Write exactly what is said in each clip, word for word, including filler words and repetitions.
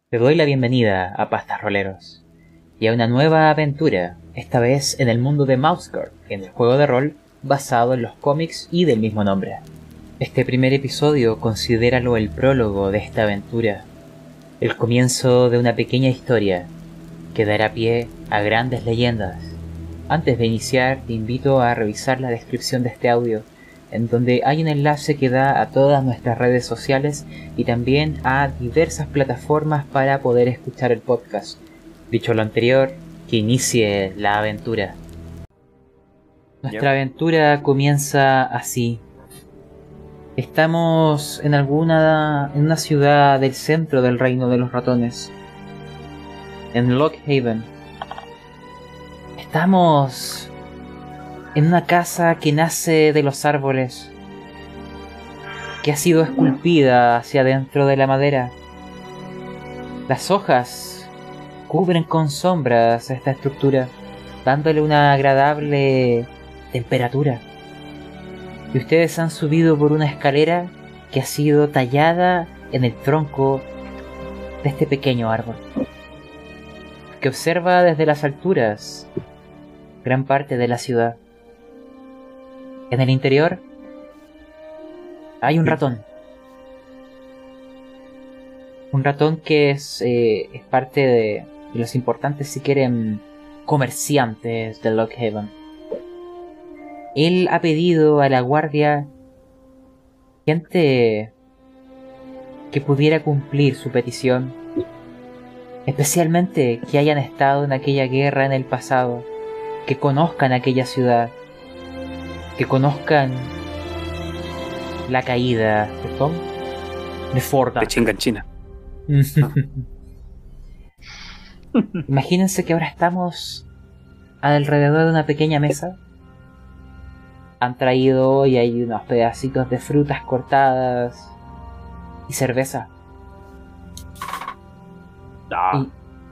Te doy la bienvenida a Pastas Roleros y a una nueva aventura, esta vez en el mundo de Mouseguard, en el juego de rol basado en los cómics y del mismo nombre. Este primer episodio considéralo el prólogo de esta aventura, el comienzo de una pequeña historia que dará pie a grandes leyendas. Antes de iniciar, te invito a revisar la descripción de este audio, en donde hay un enlace que da a todas nuestras redes sociales y también a diversas plataformas para poder escuchar el podcast. Dicho lo anterior, que inicie la aventura. Nuestra yep. aventura comienza así. Estamos en alguna en una ciudad del centro del reino de los ratones, en Lockhaven. Estamos en una casa que nace de los árboles, que ha sido esculpida hacia adentro de la madera. Las hojas cubren con sombras esta estructura, dándole una agradable temperatura. Y ustedes han subido por una escalera que ha sido tallada en el tronco de este pequeño árbol, que observa desde las alturas gran parte de la ciudad. En el interior hay un ratón. Un ratón que es, eh, es parte de, de los importantes, si quieren, comerciantes de Lockhaven. Él ha pedido a la guardia gente que pudiera cumplir su petición, especialmente que hayan estado en aquella guerra en el pasado, que conozcan aquella ciudad, que conozcan la caída de Tom, de Forda, de Chinganchina. Imagínense que ahora estamos alrededor de una pequeña mesa. Han traído y hay unos pedacitos de frutas cortadas y cerveza. Ah.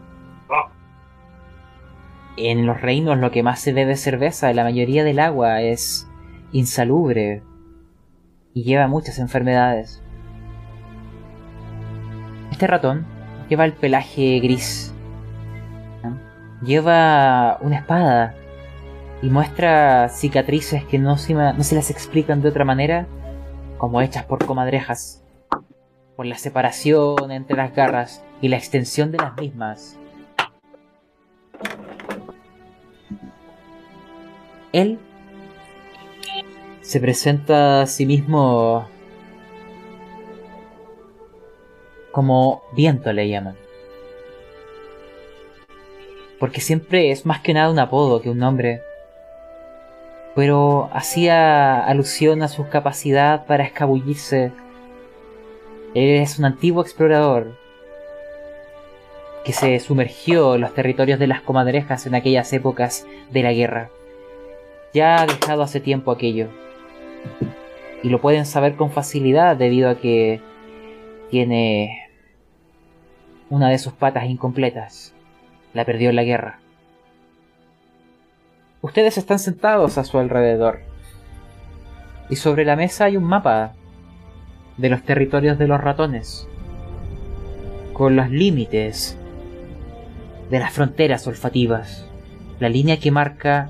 Y en los reinos lo que más se bebe es cerveza. La mayoría del agua es insalubre y lleva muchas enfermedades. Este ratón lleva el pelaje gris, ¿no? Lleva una espada y muestra cicatrices que no se, no se las explican de otra manera, como hechas por comadrejas, por la separación entre las garras y la extensión de las mismas. Él se presenta a sí mismo como Viento, le llaman, porque siempre es más que nada un apodo que un nombre, pero hacía alusión a su capacidad para escabullirse. Él es un antiguo explorador que se sumergió en los territorios de las comadrejas en aquellas épocas de la guerra. Ya ha dejado hace tiempo aquello, y lo pueden saber con facilidad debido a que tiene una de sus patas incompletas. La perdió en la guerra. Ustedes están sentados a su alrededor, y sobre la mesa hay un mapa de los territorios de los ratones, con los límites de las fronteras olfativas, la línea que marca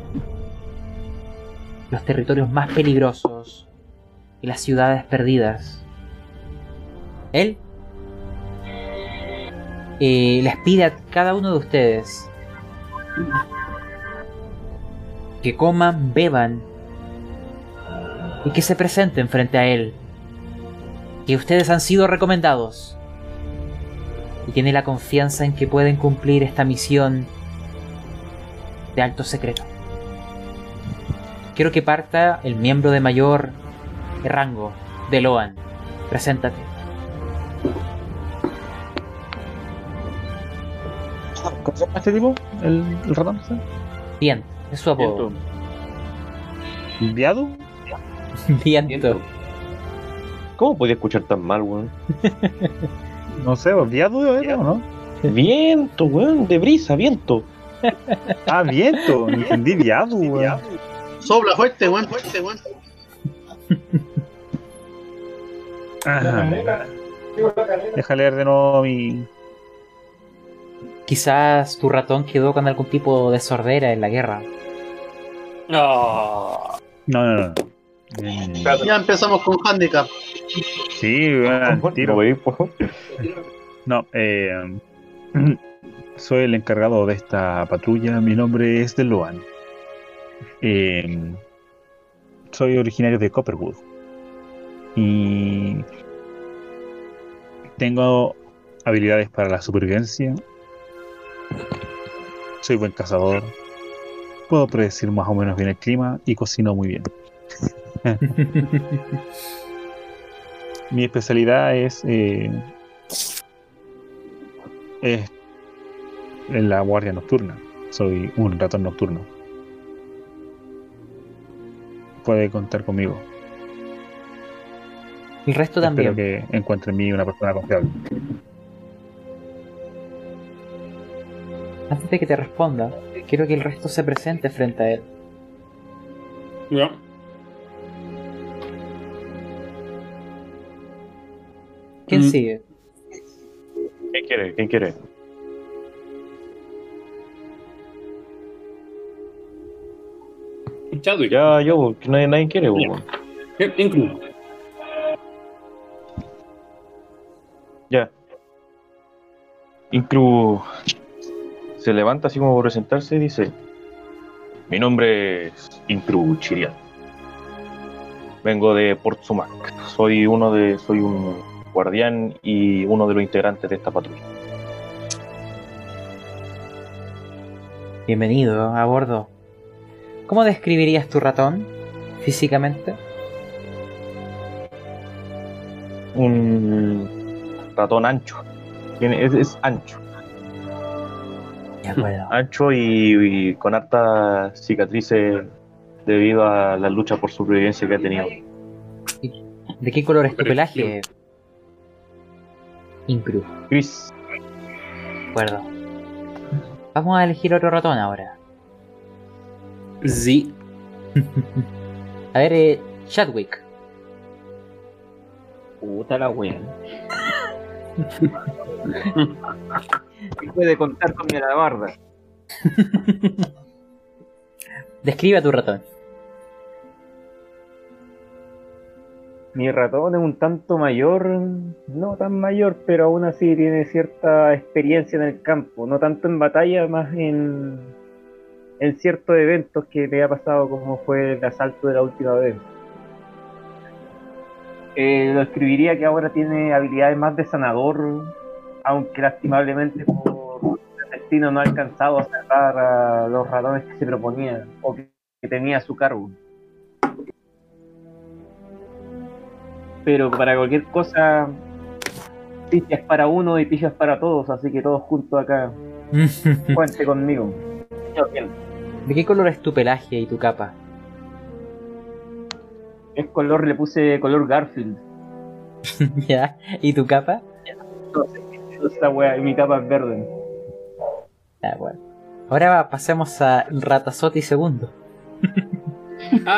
los territorios más peligrosos y las ciudades perdidas. Él eh, les pide a cada uno de ustedes que coman, beban y que se presenten frente a él, que ustedes han sido recomendados y tiene la confianza en que pueden cumplir esta misión de alto secreto. Quiero que parta el miembro de mayor rango de Loan. Preséntate. ¿Cómo se llama este tipo? ¿El, el ratón? ¿Sí? Bien, es su apodo. ¿Viado? Viento. ¿Cómo podía escuchar tan mal, weón? No sé, ¿viado era o no? Viento, weón, de brisa, viento. Ah, viento, entendí viado, weón. Sopla fuerte, weón, fuerte, weón. Ajá. Deja leer de nuevo mi, Quizás tu ratón quedó con algún tipo de sordera en la guerra. No. No, no, no. Mm, Ya empezamos con handicap. Sí, weón, al tiro. ¿No veis, po? No, eh, soy el encargado de esta patrulla. Mi nombre es DeLoan. Eh, soy originario de Copperwood. Y tengo habilidades para la supervivencia. Soy buen cazador. Puedo predecir más o menos bien el clima y cocino muy bien. Mi especialidad es, eh, es en la guardia nocturna. Soy un ratón nocturno. Puede contar conmigo. El resto Espero también. que encuentre en mí una persona confiable. Antes de que te responda, quiero que el resto se presente frente a él. Ya. ¿Quién Mm. sigue? ¿Quién quiere? ¿Quién quiere? Chadwick. Ya, yo, que nadie, nadie quiere, Ya. weón. Eh, Inclu. Ya. Inclu se levanta así como por presentarse y dice: mi nombre es Inclu Chirian. Vengo de Port Sumac. Soy uno de. soy un guardián y uno de los integrantes de esta patrulla. Bienvenido a bordo. ¿Cómo describirías tu ratón físicamente? Un ratón ancho. Tiene- Es, es ancho. De acuerdo. Ancho y, y con hartas cicatrices debido a la lucha por supervivencia que ha tenido. ¿De qué color es tu Pero- pelaje? Incru. Chris, De acuerdo. Vamos a elegir otro ratón ahora. Sí. A ver, eh, Chadwick. Puta la wea. Puede contar con mi alabarda. Describe a tu ratón. Mi ratón es un tanto mayor, no tan mayor, pero aún así tiene cierta experiencia en el campo, no tanto en batalla, más en, en ciertos eventos que le ha pasado, como fue el asalto de la última vez. Eh, lo escribiría que ahora tiene habilidades más de sanador, aunque lastimablemente por el destino no ha alcanzado a sacar a los ratones que se proponía o que, que tenía a su cargo. Pero para cualquier cosa, pifias para uno y pifias para todos, así que todos juntos acá, cuente conmigo. Yo bien. ¿De qué color es tu pelaje y tu capa? Es color, le puse color Garfield. ¿Ya? ¿Y tu capa? Esta wea, y mi capa es verde. Ah, bueno. Ahora pasemos a Ratazotti segundo. Ah.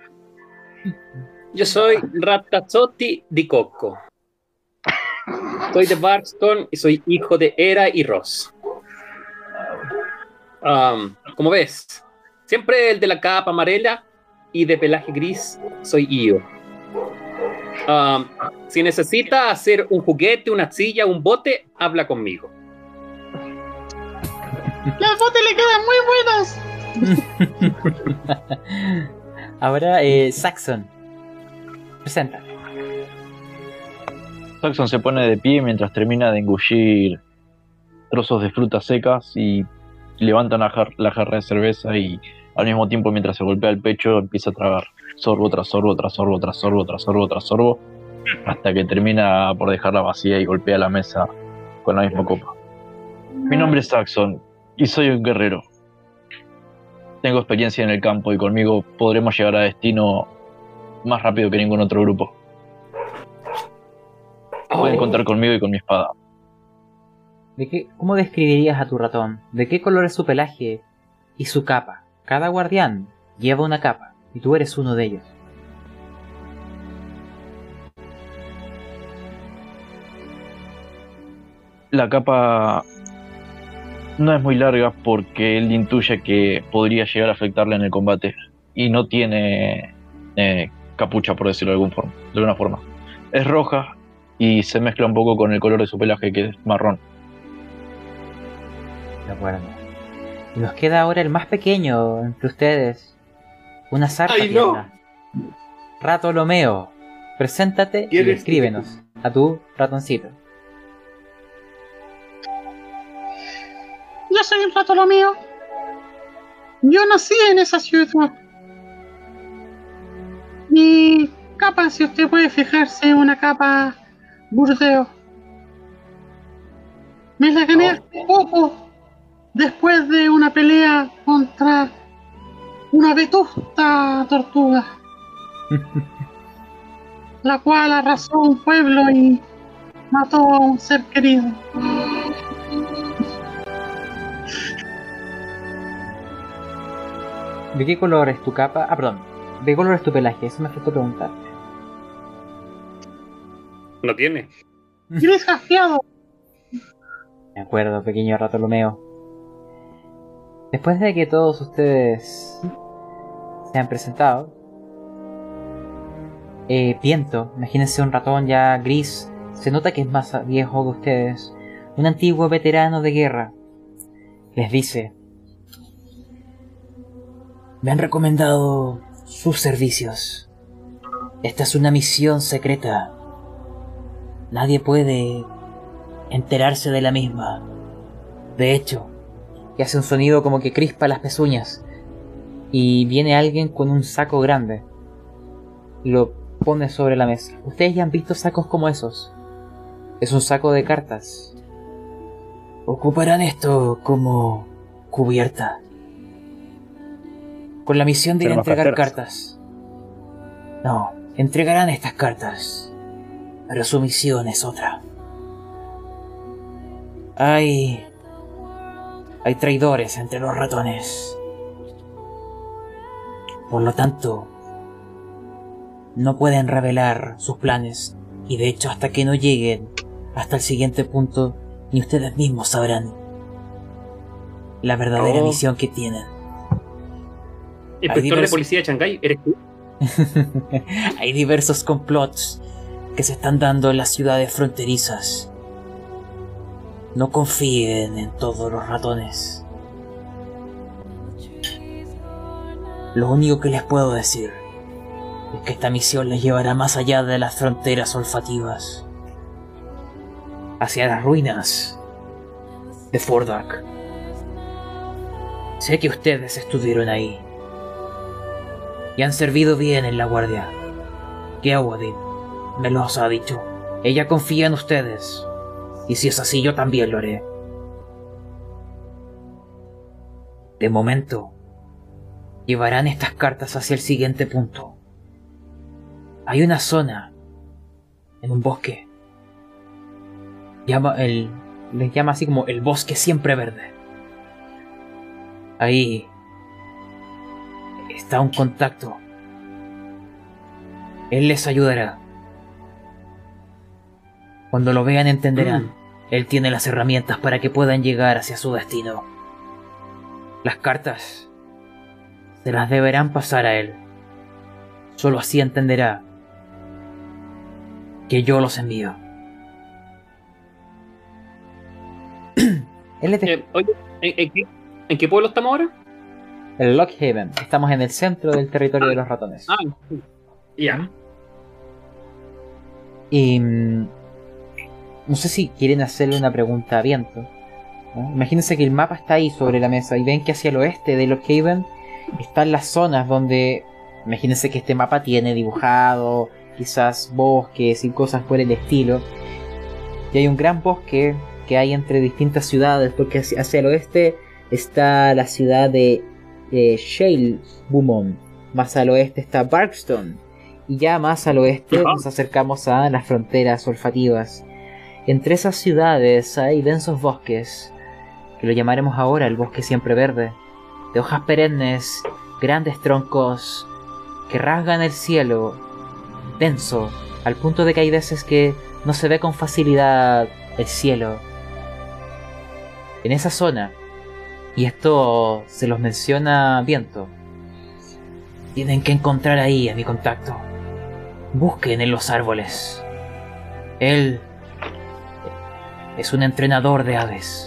Yo soy Ratazzotti di Cocco. Soy de Barkston y soy hijo de Era y Ross. Um, como ves, siempre el de la capa amarela y de pelaje gris soy yo. Um, si necesita hacer un juguete, una silla, un bote, habla conmigo. Las botas le quedan muy buenas. Ahora, eh, Saxon. Presenta. Saxon se pone de pie mientras termina de engullir trozos de frutas secas y levanta una jar- la jarra de cerveza y al mismo tiempo mientras se golpea el pecho empieza a tragar sorbo tras sorbo tras sorbo tras sorbo tras sorbo tras sorbo hasta que termina por dejarla vacía y golpea la mesa con la misma copa. Mi nombre es Saxon y soy un guerrero. Tengo experiencia en el campo y conmigo podremos llegar a destino más rápido que ningún otro grupo. Pueden contar conmigo y con mi espada. ¿De qué, ¿Cómo describirías a tu ratón? ¿De qué color es su pelaje y su capa? Cada guardián lleva una capa y tú eres uno de ellos. La capa No es muy larga porque él intuye que podría llegar a afectarle en el combate y no tiene eh, capucha, por decirlo de alguna forma, de alguna forma. Es roja y se mezcla un poco con el color de su pelaje, que es marrón. De acuerdo. Y nos queda ahora el más pequeño entre ustedes. Una zarpa ¡Ay, no! tierna. Ratolomeo, preséntate y ¿Quién es? descríbenos a tu ratoncito. Yo soy el Ratolomeo. Yo nací en esa ciudad. Mi capa, si usted puede fijarse, es una capa burdeo. Me la gané hace poco, después de una pelea contra una vetusta tortuga, la cual arrasó un pueblo y mató a un ser querido. ¿De qué color es tu capa? Ah, perdón. ¿De qué color es tu pelaje? Eso me faltó preguntar. No tiene. Gris jaspeado. De acuerdo, pequeño Ratolomeo. Después de que todos ustedes se han presentado, eh, Piento, imagínense un ratón ya gris, se nota que es más viejo que ustedes, un antiguo veterano de guerra, les dice: me han recomendado sus servicios. Esta es una misión secreta. Nadie puede enterarse de la misma. De hecho, y hace un sonido como que crispa las pezuñas, y viene alguien con un saco grande y lo pone sobre la mesa. Ustedes ya han visto sacos como esos. Es un saco de cartas. Ocuparán esto como cubierta, con la misión de ir a Pero más entregar carteras. cartas. No, entregarán estas cartas, pero su misión es otra. Hay... Hay traidores entre los ratones. Por lo tanto, no pueden revelar sus planes. Y de hecho, hasta que no lleguen hasta el siguiente punto, ni ustedes mismos sabrán la verdadera Oh. misión que tienen. Inspector de diversos- policía de Shanghái, ¿eres tú? Hay diversos complots que se están dando en las ciudades fronterizas. No confíen en todos los ratones. Lo único que les puedo decir es que esta misión les llevará más allá de las fronteras olfativas, hacia las ruinas de Fordak. Sé que ustedes estuvieron ahí y han servido bien en la guardia. Geowadin me los ha dicho. Ella confía en ustedes, y si es así yo también lo haré. De momento, llevarán estas cartas hacia el siguiente punto. Hay una zona en un bosque. Llama el, les llama así como el bosque siempre verde. Ahí está un contacto. Él les ayudará. Cuando lo vean entenderán. Él tiene las herramientas para que puedan llegar hacia su destino. Las cartas se las deberán pasar a él. Solo así entenderá que yo los envío. Él es de Eh, oye, ¿en, en qué, ¿en qué pueblo estamos ahora? el Lockhaven. Estamos en el centro del territorio de los ratones. Ah, ya. Y mm, no sé si quieren hacerle una pregunta a Viento, ¿no? Imagínense que el mapa está ahí sobre la mesa y ven que hacia el oeste de Lockhaven están las zonas donde, imagínense que este mapa tiene dibujado quizás bosques y cosas por el estilo, y hay un gran bosque que hay entre distintas ciudades, porque hacia, hacia el oeste está la ciudad de eh, Shalebumon, más al oeste está Barkstone, y ya más al oeste Ajá. nos acercamos a las fronteras olfativas. Entre esas ciudades hay densos bosques, que lo llamaremos ahora el bosque siempre verde, de hojas perennes, grandes troncos que rasgan el cielo, denso, al punto de que hay veces que no se ve con facilidad el cielo. En esa zona Y esto se los menciona Viento. Tienen que encontrar ahí a mi contacto. Busquen en los árboles. Él es un entrenador de aves.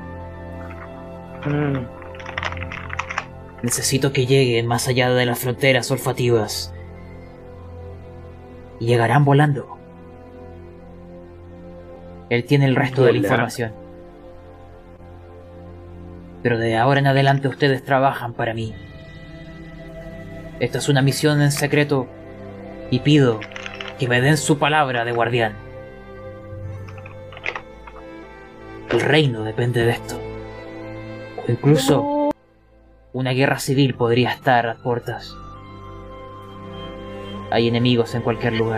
Mm. Necesito que lleguen más allá de las fronteras olfativas. Y llegarán volando. Él tiene el resto de la Volar. información. Pero de ahora en adelante ustedes trabajan para mí. Esta es una misión en secreto y pido que me den su palabra de guardián. El reino depende de esto. O incluso una guerra civil podría estar a puertas. Hay enemigos en cualquier lugar.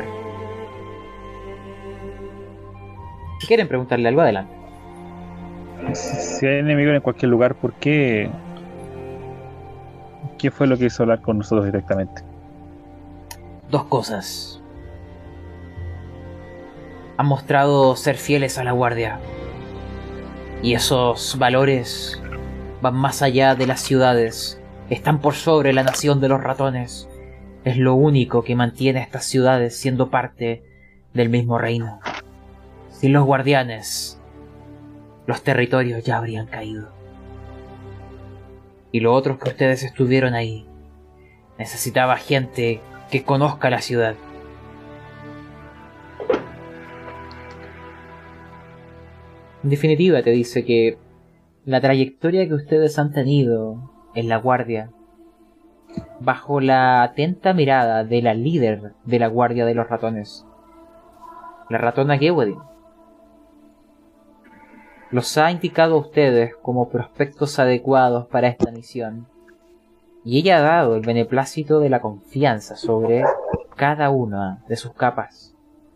Si quieren preguntarle algo, adelante. Si hay enemigos en cualquier lugar, ¿por qué? ¿Qué fue lo que hizo hablar con nosotros directamente? Dos cosas. Han mostrado ser fieles a la guardia. Y esos valores van más allá de las ciudades. Están por sobre la nación de los ratones. Es lo único que mantiene a estas ciudades siendo parte del mismo reino. Sin los guardianes, los territorios ya habrían caído. Y lo otro es que ustedes estuvieron ahí. Necesitaba gente que conozca la ciudad. En definitiva, te dice que la trayectoria que ustedes han tenido en la guardia, bajo la atenta mirada de la líder de la guardia de los ratones, la ratona Gewedin, los ha indicado a ustedes como prospectos adecuados para esta misión, y ella ha dado el beneplácito de la confianza sobre cada una de sus capas.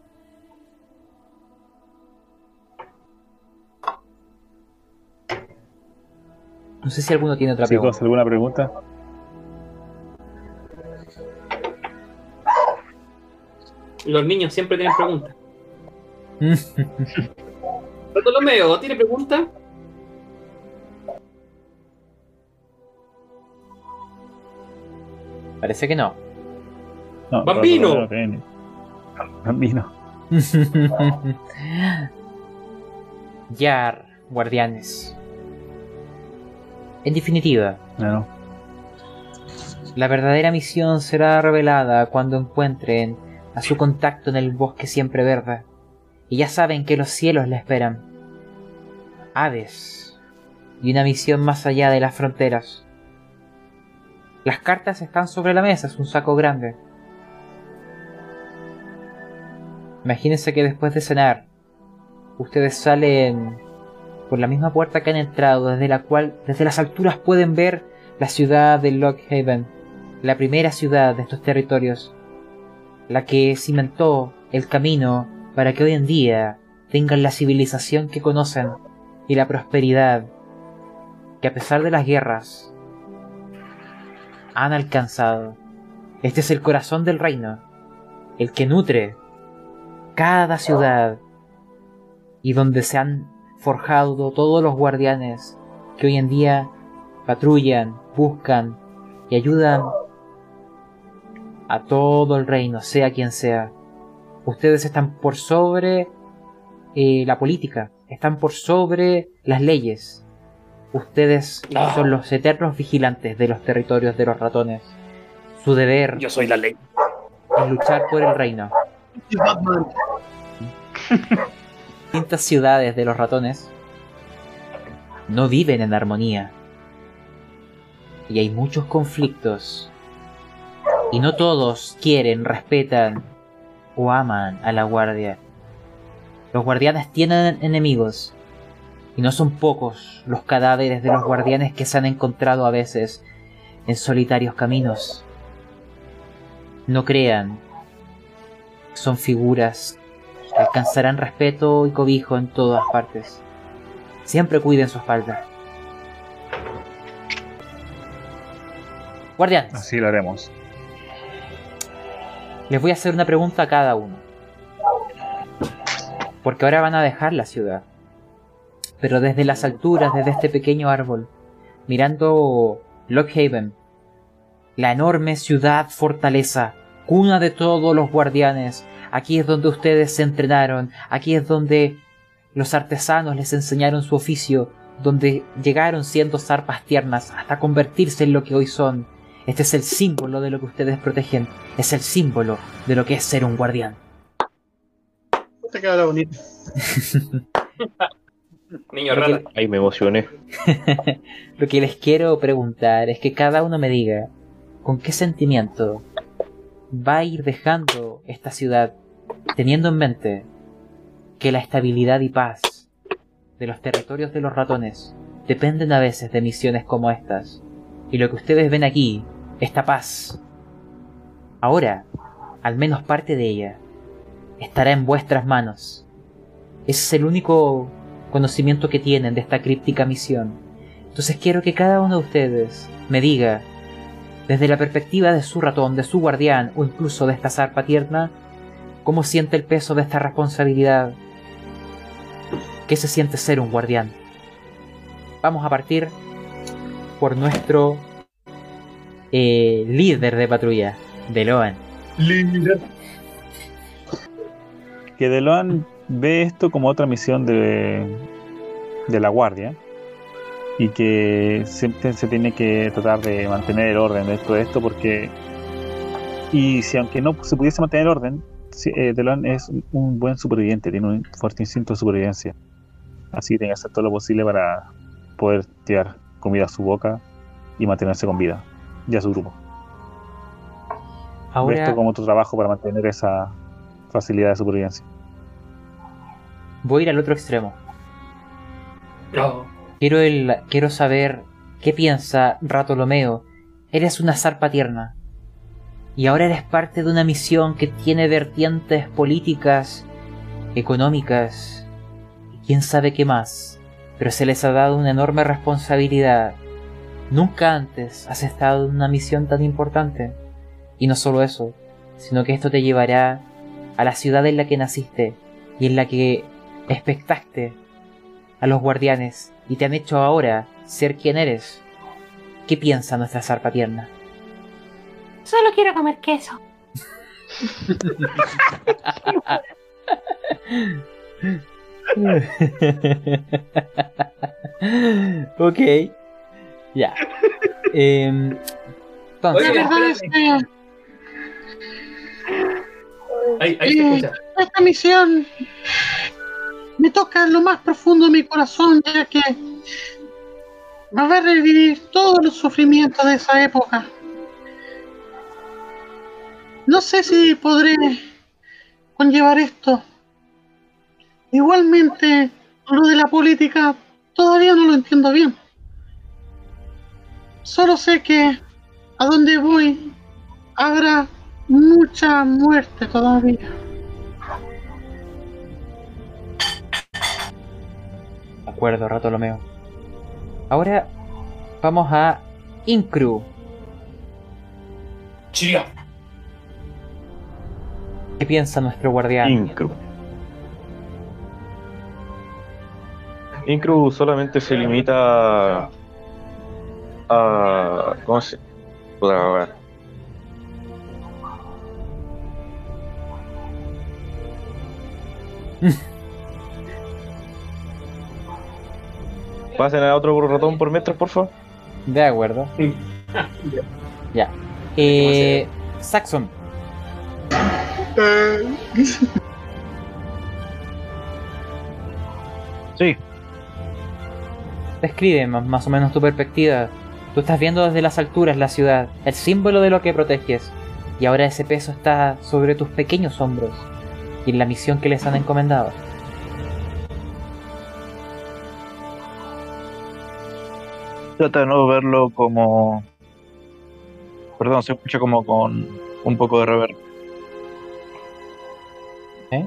No sé si alguno tiene otra pregunta. Chicos, ¿alguna pregunta? Los niños siempre tienen preguntas. Bartolomeo, ¿tiene pregunta? Parece que no. No, ¡Bambino! no, no, no, no. Bambino. Yar, guardianes. En definitiva, No, no. la verdadera misión será revelada cuando encuentren a su contacto en el bosque siempre verde. Y ya saben que los cielos le esperan. Aves. Y una misión más allá de las fronteras. Las cartas están sobre la mesa, es un saco grande. Imagínense que después de cenar, ustedes salen por la misma puerta que han entrado, desde la cual, desde las alturas pueden ver la ciudad de Lockhaven, la primera ciudad de estos territorios, la que cimentó el camino para que hoy en día tengan la civilización que conocen y la prosperidad que a pesar de las guerras han alcanzado. Este es el corazón del reino, el que nutre cada ciudad y donde se han forjado todos los guardianes que hoy en día patrullan, buscan y ayudan a todo el reino, sea quien sea. Ustedes están por sobre eh, la política, están por sobre las leyes. Ustedes No. son los eternos vigilantes de los territorios de los ratones. Su deber Yo soy la ley. es luchar por el reino. Batman. Distintas ciudades de los ratones no viven en armonía. Y hay muchos conflictos. Y no todos quieren, respetan o aman a la guardia. Los guardianes tienen enemigos. Y no son pocos los cadáveres de los guardianes que se han encontrado a veces en solitarios caminos. No crean. Son figuras que alcanzarán respeto y cobijo en todas partes. Siempre cuiden su espalda. Guardianes, Así lo haremos. les voy a hacer una pregunta a cada uno. Porque ahora van a dejar la ciudad. Pero desde las alturas, desde este pequeño árbol, mirando Lockhaven, la enorme ciudad fortaleza, cuna de todos los guardianes. Aquí es donde ustedes se entrenaron, aquí es donde los artesanos les enseñaron su oficio, donde llegaron siendo zarpas tiernas hasta convertirse en lo que hoy son. Este es el símbolo de lo que ustedes protegen, es el símbolo de lo que es ser un guardián. Te queda bonito. Niño Lo que- rata. Ahí me emocioné. Lo que les quiero preguntar es que cada uno me diga con qué sentimiento va a ir dejando esta ciudad, teniendo en mente que la estabilidad y paz de los territorios de los ratones dependen a veces de misiones como estas. Y lo que ustedes ven aquí, esta paz, ahora, al menos parte de ella, estará en vuestras manos. Ese es el único conocimiento que tienen de esta críptica misión. Entonces quiero que cada uno de ustedes me diga, desde la perspectiva de su ratón, de su guardián o incluso de esta zarpa tierna, cómo siente el peso de esta responsabilidad. ¿Qué se siente ser un guardián? Vamos a partir por nuestro eh, líder de patrulla, Deloan. Que Deloan ve esto como otra misión de, de la guardia y que siempre se tiene que tratar de mantener el orden de todo esto porque y si aunque no se pudiese mantener el orden, si, eh, Deloan es un buen superviviente, tiene un fuerte instinto de supervivencia, así que tiene que hacer todo lo posible para poder llevar comida a su boca y mantenerse con vida y a su grupo. Ve Ahora, esto como otro trabajo para mantener esa facilidad de supervivencia. voy a ir al otro extremo. No. Quiero, el, quiero saber qué piensa Ratolomeo. Eres una zarpa tierna. Y ahora eres parte de una misión que tiene vertientes políticas, económicas, y quién sabe qué más. Pero se les ha dado una enorme responsabilidad. Nunca antes has estado en una misión tan importante. Y no solo eso, sino que esto te llevará a la ciudad en la que naciste y en la que expectaste a los guardianes y te han hecho ahora ser quien eres. ¿Qué piensa nuestra zarpa tierna? Solo quiero comer queso. Ok. Ya. Em, entonces, La Oye, verdad es espérate. que Ahí, ahí se eh, escucha. esta misión me toca en lo más profundo de mi corazón, ya que me va a revivir todos los sufrimientos de esa época. No sé si podré conllevar esto. Igualmente, lo de la política todavía no lo entiendo bien. Solo sé que a donde voy habrá mucha muerte todavía. de acuerdo, Ratolomeo. Ahora vamos a Incru. Chiria. ¿Qué piensa nuestro guardián? Incru. Incru solamente se limita a... ¿Cómo se...? Puta, a ver. Pasen a otro ratón por metro, por favor. De acuerdo. Sí. Ya. Eh, Saxon. Sí, Describe más, más o menos tu perspectiva. Tú estás viendo desde las alturas la ciudad, el símbolo de lo que proteges. Y ahora ese peso está sobre tus pequeños hombros. Y en la misión que les han encomendado. trata de no verlo como... Perdón, se escucha como con un poco de reverb. ¿Eh?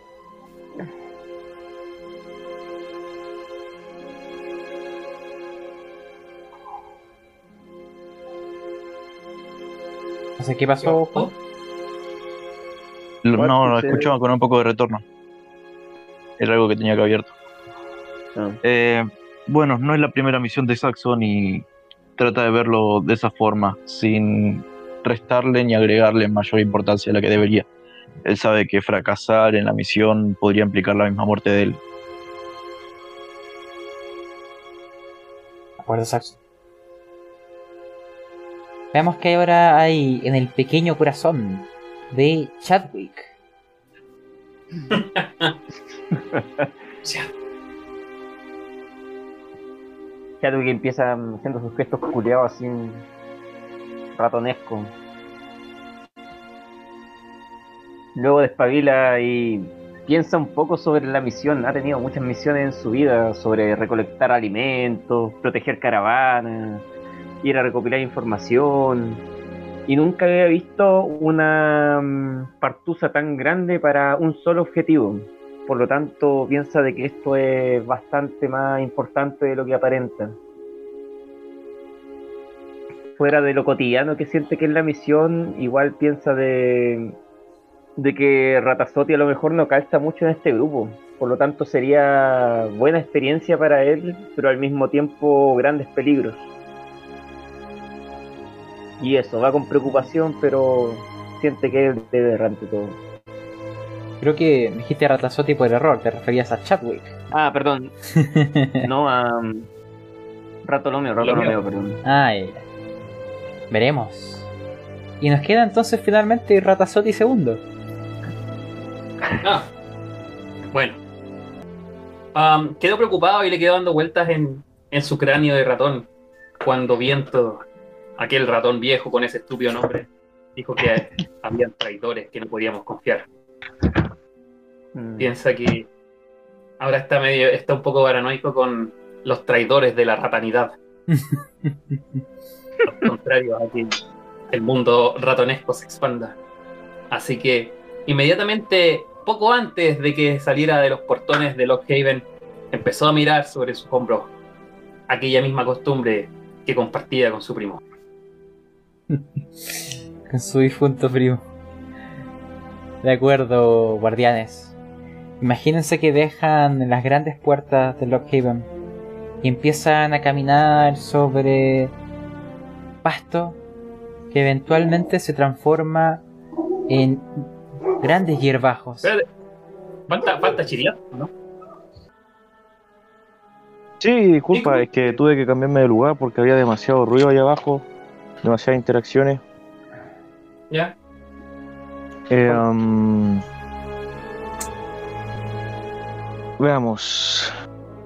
No sé qué pasó, Juan. Lo- No, lo What? escucho con un poco de retorno. Era algo que tenía que abierto. Ah. Eh, Bueno, no es la primera misión de Saxon y trata de verlo de esa forma, sin restarle ni agregarle mayor importancia a la que debería. Él sabe que fracasar en la misión podría implicar la misma muerte de él. ¿De acuerdo, Saxon? Veamos que ahora hay en el pequeño corazón de Chadwick. Chadwick empieza haciendo sus gestos culiados así ratonesco. Luego despabila y piensa un poco sobre la misión. Ha tenido muchas misiones en su vida sobre recolectar alimentos, proteger caravanas, ir a recopilar información. Y nunca había visto una um, partusa tan grande para un solo objetivo. Por lo tanto, piensa de que esto es bastante más importante de lo que aparenta. Fuera de lo cotidiano que siente que es la misión, igual piensa de, de que Ratazotti a lo mejor no calza mucho en este grupo. Por lo tanto, sería buena experiencia para él, pero al mismo tiempo grandes peligros. Y eso, va con preocupación, pero siente que él debe errante todo. Creo que dijiste Ratazotti por error, te referías a Chadwick. Ah, perdón. No, a um, Ratolomeo, Ratolomeo, perdón. Ah, ya. Veremos. Y nos queda entonces finalmente Ratazotti segundo. Ah, bueno. Um, quedó preocupado y le quedó dando vueltas en, en su cráneo de ratón cuando Viento, aquel ratón viejo con ese estúpido nombre, dijo que habían traidores que no podíamos confiar. Mm. Piensa que ahora está medio, está un poco paranoico con los traidores de la ratanidad. Lo contrario a que el mundo ratonesco se expanda. Así que inmediatamente, poco antes de que saliera de los portones de Lockhaven, empezó a mirar sobre sus hombros aquella misma costumbre que compartía con su primo. Con su difunto primo. De acuerdo, guardianes. Imagínense que dejan las grandes puertas de Lockhaven y empiezan a caminar sobre pasto que eventualmente se transforma en grandes hierbajos. Espérate. Falta, falta Chiriat, ¿no? Sí, disculpa, es que tuve que cambiarme de lugar porque había demasiado ruido allá abajo, demasiadas interacciones. ¿Ya? Eh, um, veamos.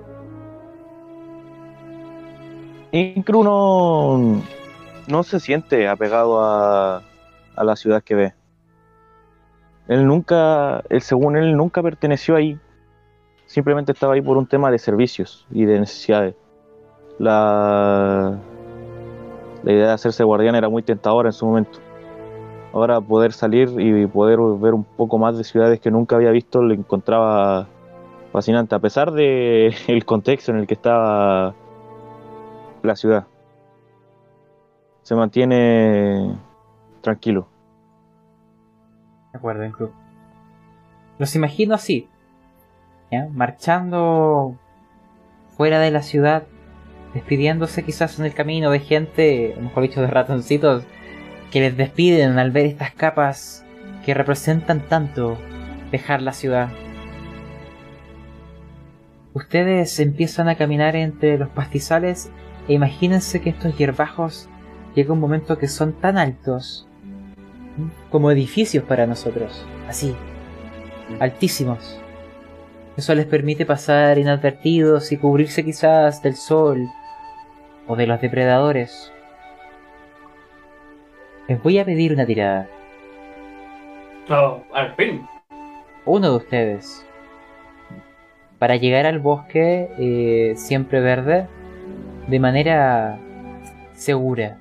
Incru no, no se siente apegado a, a la ciudad que ve. Él nunca, él, según él, nunca perteneció ahí. Simplemente estaba ahí por un tema de servicios y de necesidades. La, la idea de hacerse guardián era muy tentadora en su momento. Ahora poder salir y poder ver un poco más de ciudades que nunca había visto le encontraba fascinante, a pesar de el contexto en el que estaba la ciudad. Se mantiene tranquilo. De acuerdo, incluso. Los imagino así, ¿ya? Marchando fuera de la ciudad, despidiéndose quizás en el camino de gente, o mejor dicho, de ratoncitos, que les despiden al ver estas capas que representan tanto dejar la ciudad. Ustedes empiezan a caminar entre los pastizales e imagínense que estos hierbajos llega un momento que son tan altos como edificios para nosotros, así, altísimos. Eso les permite pasar inadvertidos y cubrirse quizás del sol o de los depredadores. Les voy a pedir una tirada. Oh, al fin. Uno de ustedes, para llegar al bosque eh, siempre verde de manera segura.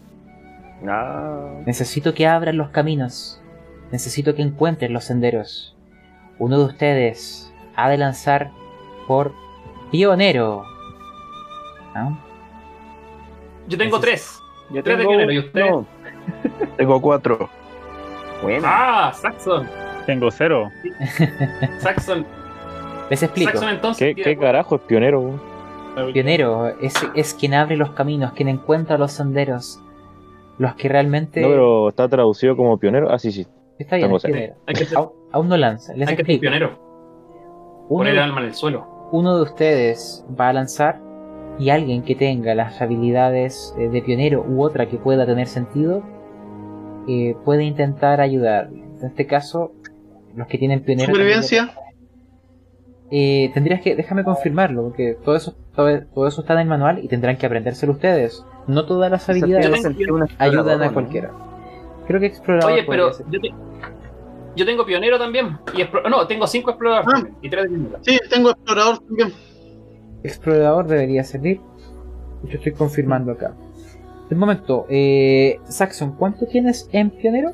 No. Necesito que abran los caminos. Necesito que encuentren los senderos. Uno de ustedes ha de lanzar por pionero. ¿No? Yo tengo Neces- tres. Yo Tres de tengo pionero, ¿y usted? no. Tengo cuatro. Bueno. Ah, Saxon. Tengo cero. Saxon. Les explico. Saxon entonces. ¿Qué, tira qué por- carajo es pionero? Pionero es, es quien abre los caminos, quien encuentra los senderos, los que realmente... No, pero está traducido como pionero. Ah, sí, sí. Está bien, Tengo es sed. pionero. Hay que ser, Aún, aún no lanza, les hay que ser explico. pionero. Uno, Poner el alma en el suelo. uno de ustedes va a lanzar y alguien que tenga las habilidades eh, de pionero u otra que pueda tener sentido eh, puede intentar ayudar. En este caso, los que tienen pionero... Supervivencia. Eh, tendrías que... Déjame confirmarlo, porque todo eso, todo, todo eso está en el manual y tendrán que aprendérselo ustedes. No todas las habilidades Tiene sentido un explorador, ayudan a ¿no? cualquiera. Creo que explorador Oye, podría pero ser. yo, te- yo tengo pionero también. Y explo- no, tengo cinco exploradores Ah. también, y tres de pionero. Sí, tengo explorador también. Explorador debería servir. Yo estoy confirmando acá. Un momento, eh, Saxon, ¿cuánto tienes en pionero?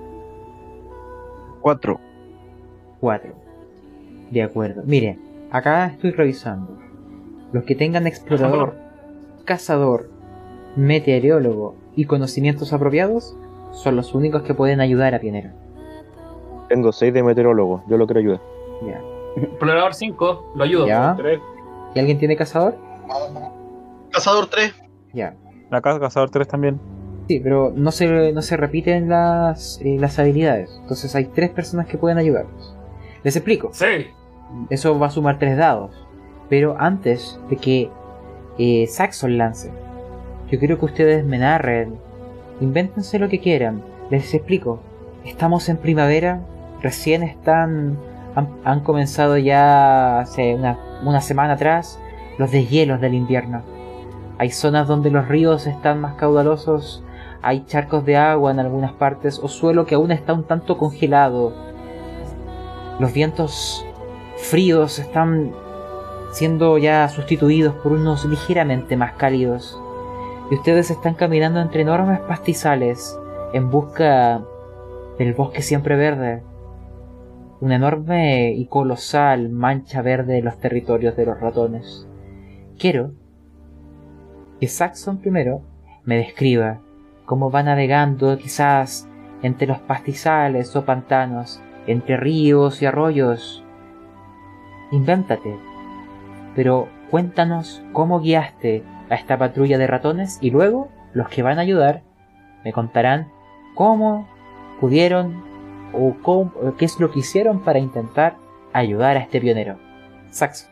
Cuatro. Cuatro. De acuerdo. Miren, acá estoy revisando. Los que tengan explorador, cazador, meteorólogo y conocimientos apropiados son los únicos que pueden ayudar a pionero. Tengo seis de meteorólogo. Yo lo quiero ayudar. Ya. Explorador cinco, lo ayudo. Ya. Tres. ¿Y alguien tiene cazador? Cazador tres. Ya. La casa Cazador tres también. Sí, pero no se, no se repiten las, eh, las habilidades. Entonces hay tres personas que pueden ayudarlos. Les explico. Sí. Eso va a sumar tres dados. Pero antes de que eh, Saxon lance, yo quiero que ustedes me narren. Invéntense lo que quieran. Les explico. Estamos en primavera. Recién están... Han, han comenzado ya hace una, una semana atrás los deshielos del invierno. Hay zonas donde los ríos están más caudalosos. Hay charcos de agua en algunas partes o suelo que aún está un tanto congelado. Los vientos fríos están siendo ya sustituidos por unos ligeramente más cálidos. Y ustedes están caminando entre enormes pastizales en busca del bosque siempre verde. Una enorme y colosal mancha verde de los territorios de los ratones. Quiero que Saxon primero me describa cómo va navegando quizás entre los pastizales o pantanos, entre ríos y arroyos. Invéntate, pero cuéntanos cómo guiaste a esta patrulla de ratones y luego los que van a ayudar me contarán cómo pudieron o cómo, qué es lo que hicieron para intentar ayudar a este pionero. Saxon.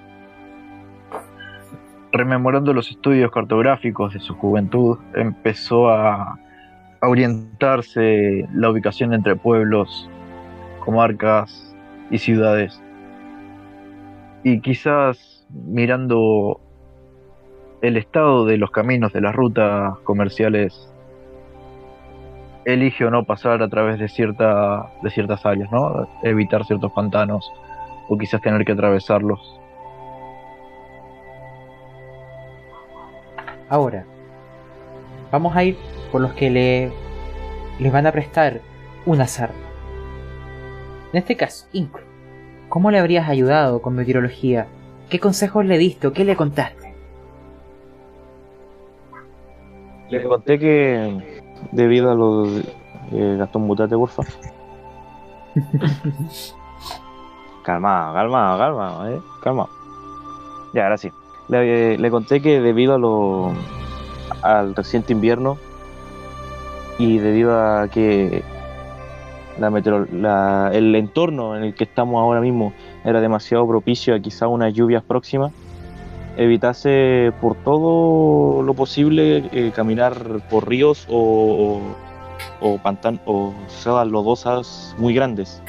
Rememorando los estudios cartográficos de su juventud, empezó a, a orientarse la ubicación entre pueblos, comarcas y ciudades. Y quizás mirando el estado de los caminos de las rutas comerciales, elige o no pasar a través de, cierta, de ciertas áreas, ¿no? Evitar ciertos pantanos o quizás tener que atravesarlos. Ahora, vamos a ir por los que le, les van a prestar un azar. En este caso, Incro, ¿cómo le habrías ayudado con meteorología? ¿Qué consejos le diste o qué le contaste? Le conté que debido a los eh, Gastón mutate, porfa. Calma, calma, calma, eh, calma. Ya, ahora sí. Le, le conté que debido a lo al reciente invierno y debido a que la meteoro, la, el entorno en el que estamos ahora mismo era demasiado propicio a quizá unas lluvias próximas, evitase por todo lo posible eh, caminar por ríos o, o, o pantanos o selvas lodosas muy grandes.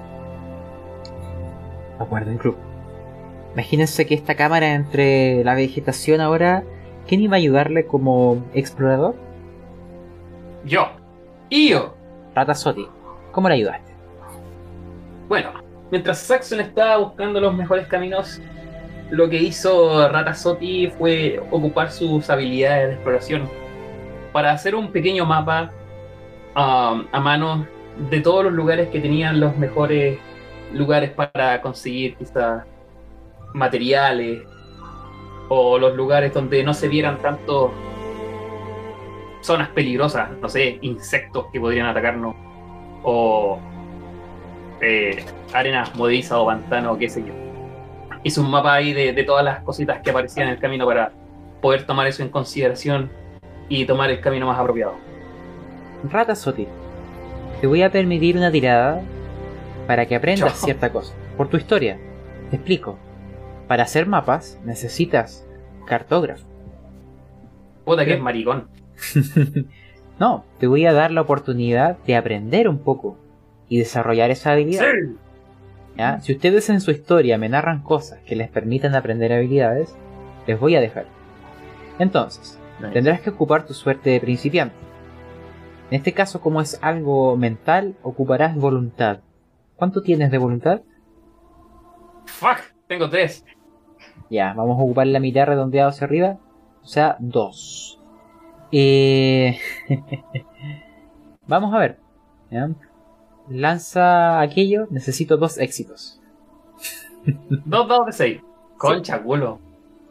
De acuerdo, Incro. Imagínense que esta cámara entre la vegetación ahora, ¿quién iba a ayudarle como explorador? Yo. Io. Ratazotti. ¿Cómo le ayudaste? Bueno, mientras Saxon estaba buscando los mejores caminos, lo que hizo Ratazotti fue ocupar sus habilidades de exploración para hacer un pequeño mapa um, a mano de todos los lugares que tenían los mejores lugares para conseguir quizás materiales o los lugares donde no se vieran tanto zonas peligrosas, no sé, insectos que podrían atacarnos o eh, arenas movedizas o pantanos, qué sé yo. hice un mapa ahí de, de todas las cositas que aparecían en el camino para poder tomar eso en consideración y tomar el camino más apropiado. Ratazotti, te voy a permitir una tirada para que aprendas Chao. cierta cosa. Por tu historia, te explico. Para hacer mapas necesitas cartógrafo. Puta que es maricón. No, te voy a dar la oportunidad de aprender un poco y desarrollar esa habilidad. Sí. ¿Ya? Si ustedes en su historia me narran cosas que les permitan aprender habilidades, les voy a dejar. Entonces, Nice. tendrás que ocupar tu suerte de principiante. En este caso, como es algo mental, ocuparás voluntad. ¿Cuánto tienes de voluntad? Fuck, tengo tres. Ya, vamos a ocupar la mitad redondeado hacia arriba. O sea, dos. Eh... vamos a ver. ¿Ya? Lanza aquello. Necesito dos éxitos. Dos dados de seis. Concha, culo.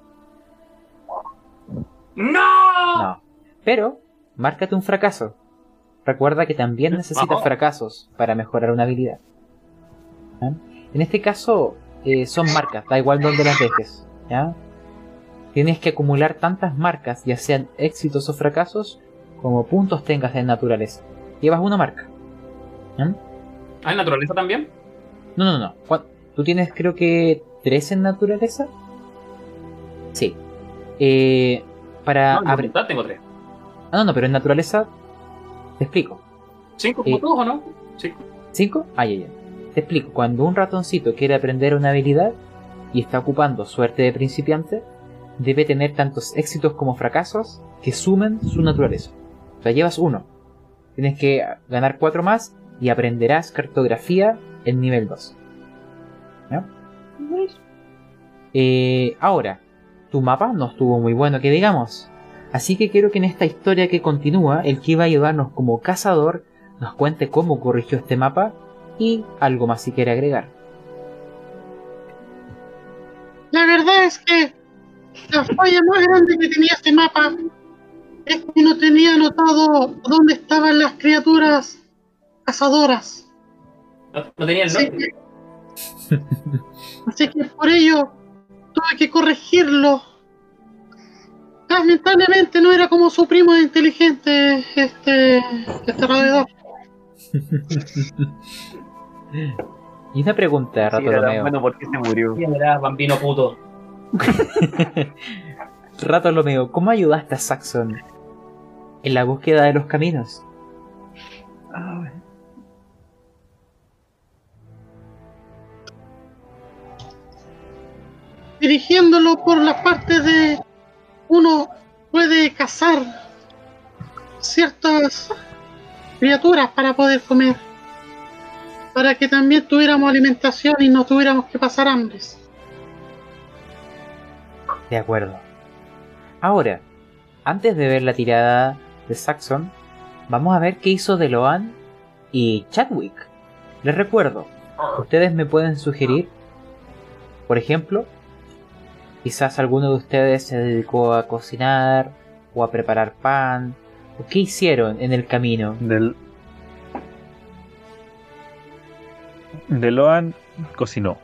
¡No! No. Pero, márcate un fracaso. Recuerda que también necesitas Vamos. fracasos para mejorar una habilidad. ¿Ya? En este caso, eh, son marcas. Da igual dónde las dejes. ¿Ya? Tienes que acumular tantas marcas, ya sean éxitos o fracasos, como puntos tengas en naturaleza. Llevas una marca. ¿Ya? ¿Ah, en naturaleza también? No, no, no. ¿Cuán- ¿Tú tienes creo que tres en naturaleza? Sí. Eh, para No, en abrir... voluntad tengo tres. Ah, no, no, pero en naturaleza... Te explico. ¿Cinco Eh, como todos o no? Sí. ¿Cinco? Ah, ya, ya. Te explico. Cuando un ratoncito quiere aprender una habilidad y está ocupando suerte de principiante, debe tener tantos éxitos como fracasos que sumen su naturaleza. O sea, llevas uno. Tienes que ganar cuatro más y aprenderás cartografía en nivel dos. ¿Ya? Eh, ahora, tu mapa no estuvo muy bueno, que digamos. Así que quiero que en esta historia que continúa, el que iba a ayudarnos como cazador nos cuente cómo corrigió este mapa y algo más si quiere agregar. La verdad es que la falla más grande que tenía este mapa es que no tenía anotado dónde estaban las criaturas cazadoras. No, no tenía el Así nombre. que, así que por ello tuve que corregirlo. Lamentablemente no era como su primo de inteligente, este, este roedor. Y una pregunta, Sí, era tan Ratolomeo. bueno porque se murió. Mira, bambino puto. Ratolomeo, ¿cómo ayudaste a Saxon en la búsqueda de los caminos? Dirigiéndolo por la parte de uno puede cazar ciertas criaturas para poder comer, para que también tuviéramos alimentación y no tuviéramos que pasar hambres. De acuerdo. Ahora, antes de ver la tirada de Saxon, vamos a ver qué hizo Deloan y Chadwick. Les recuerdo, ustedes me pueden sugerir, por ejemplo, quizás alguno de ustedes se dedicó a cocinar o a preparar pan, o qué hicieron en el camino. Del... Deloan cocinó.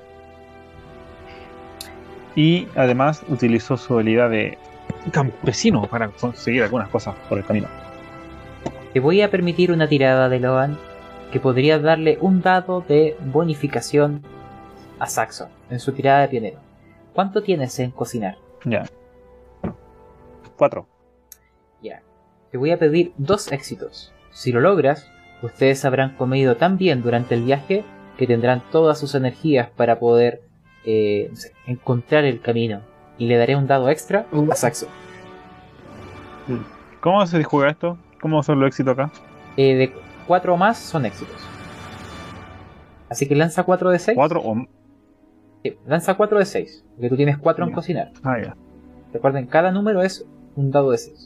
Y además utilizó su habilidad de campesino para conseguir algunas cosas por el camino. Te voy a permitir una tirada de Loan que podría darle un dado de bonificación a Saxon en su tirada de pionero. ¿Cuánto tienes en cocinar? Ya. Cuatro. Ya. Te voy a pedir dos éxitos. Si lo logras, ustedes habrán comido tan bien durante el viaje que tendrán todas sus energías para poder eh, no sé, encontrar el camino. Y le daré un dado extra a Saxon. ¿Cómo se juega esto? ¿Cómo son los éxitos acá? Eh, de cuatro o más son éxitos. Así que lanza cuatro de seis. Cuatro o... Sí, lanza cuatro de seis, porque tú tienes cuatro en Ya. cocinar. Ah, ya. Recuerden, cada número es un dado de seis.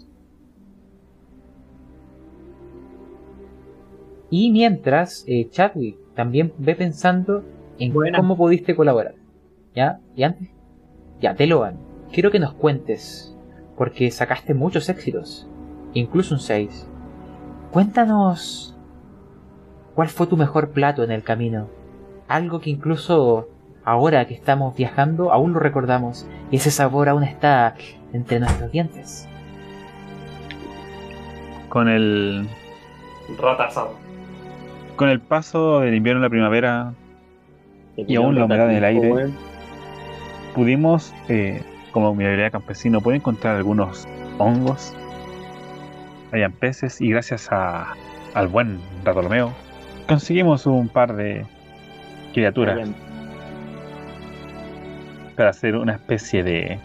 Y mientras, eh, Chadwick también ve pensando en Buena. cómo pudiste colaborar. ¿Ya? ¿Y antes? Ya, Deloan, quiero que nos cuentes, porque sacaste muchos éxitos, incluso un seis. Cuéntanos, ¿cuál fue tu mejor plato en el camino? Algo que incluso ahora que estamos viajando, aún lo recordamos y ese sabor aún está entre nuestros dientes. Con el Rata asado. con el paso del invierno y la primavera y aún la humedad en el aire, Weón. pudimos, eh, como mi habilidad campesino, pude encontrar algunos hongos, habían peces y gracias a, al buen Bartolomeo conseguimos un par de criaturas para hacer una especie de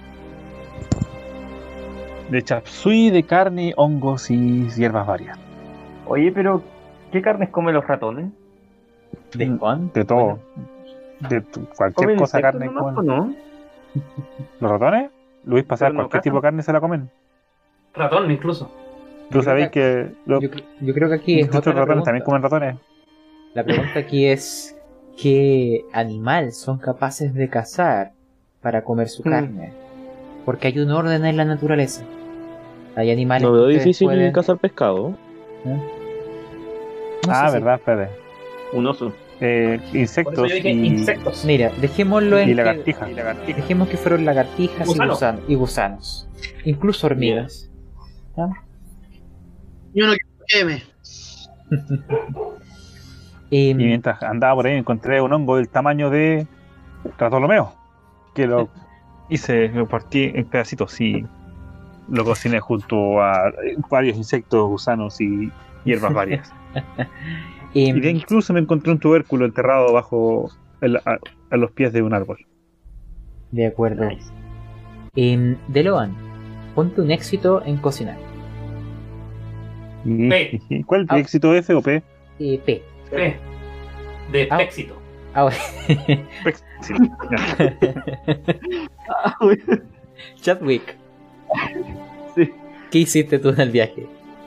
de chapsui de carne, hongos y hierbas varias. Oye, pero ¿qué carnes comen los ratones? ¿De Juan? De todo. De tu- cualquier ¿Comen cosa insectos carne nomás, comen. o no? ¿Los ratones? Luis, pasar Pero no cualquier cazan. tipo de carne se la comen. Ratón incluso. Tú Yo sabéis creo que los Yo, cre- yo creo que aquí es muchos otra la ratones pregunta. también comen ratones. La pregunta aquí es ¿qué animal son capaces de cazar para comer su Hmm. carne? Porque hay un orden en la naturaleza. Hay animales No que veo ustedes difícil pueden- cazar pescado. ¿eh? No Ah, sé si- verdad, espérate. Un oso. Eh, Por eso insectos yo dije y, insectos. Mira, dejémoslo en y que- lagartijas. dejemos que fueron lagartijas y, Gusanos. gusan- y gusanos. Incluso hormigas. ¿Ah? Y uno que queme. Em, Y mientras andaba por ahí encontré un hongo del tamaño de Bartolomeo, que lo hice, lo partí en pedacitos y lo cociné junto a eh, varios insectos, gusanos y hierbas varias. em, Y de incluso me encontré un tubérculo enterrado bajo el- a, a los pies de un árbol. de acuerdo. Em, Deloan, ponte un éxito en cocinar. Y, P. y- ¿Cuál Ah. éxito F o P? Eh, P. P. De Ah. éxito. Ahora, Sí, ya. Chadwick, Sí. ¿qué hiciste tú en el viaje?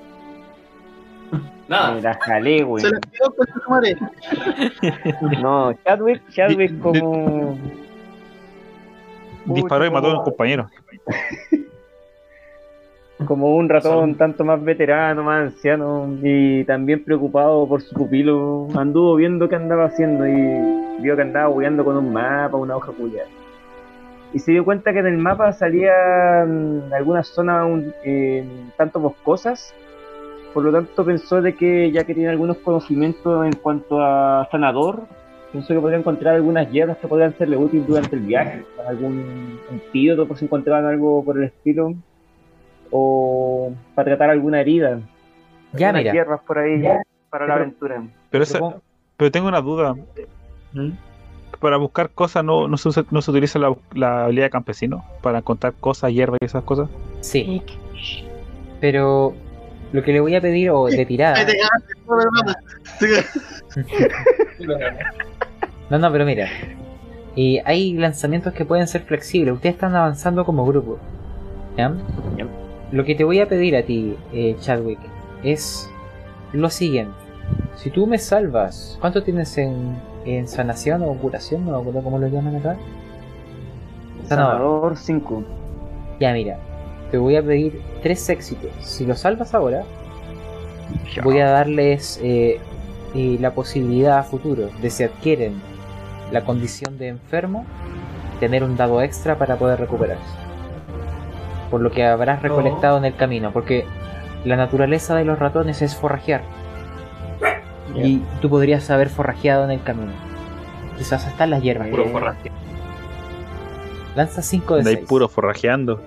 Nada. Me la jalé, güey. Se la quedó con su madre. No, Chadwick, Chadwick Di- como... Disparó y mató a un como, compañero. como un ratón Son- tanto más veterano, más anciano y también preocupado por su pupilo. Anduvo viendo qué andaba haciendo y vio que andaba hueando con un mapa, una hoja culiada. Y se dio cuenta que en el mapa salían algunas zonas un eh, tanto boscosas. Por lo tanto pensó de que ya que tiene algunos conocimientos en cuanto a sanador, pensó que podría encontrar algunas hierbas que podrían serle útiles durante el viaje, algún antídoto por si encontraban algo por el estilo, o para tratar alguna herida. Ya, Algunas mira. hierbas por ahí para la Pero- aventura. Pero, esa- Propongo- pero tengo una duda. ¿Mm? Para buscar cosas no, no, se, usa- no se utiliza la, la habilidad de campesino para encontrar cosas, hierbas y esas cosas. Sí. Pero lo que le voy a pedir, o de tirada. Ahí te cagaste, no, hermano. No, no, pero mira. Y hay lanzamientos que pueden ser flexibles. Ustedes están avanzando como grupo. ¿Ya? Ya. Lo que te voy a pedir a ti, eh, Chadwick, es lo siguiente. Si tú me salvas, ¿cuánto tienes en, en sanación o curación? No me acuerdo cómo lo llaman acá. Sanador. Sanador cinco. Ya, mira. Te voy a pedir tres éxitos. Si lo salvas ahora, voy a darles eh, eh, la posibilidad a futuro de, si adquieren la condición de enfermo, tener un dado extra para poder recuperarse. Por lo que habrás recolectado en el camino, porque la naturaleza de los ratones es forrajear. Y tú podrías haber forrajeado en el camino. Quizás hasta las hierbas. Puro forraje. Lanza cinco de De ahí seis. puro forrajeando.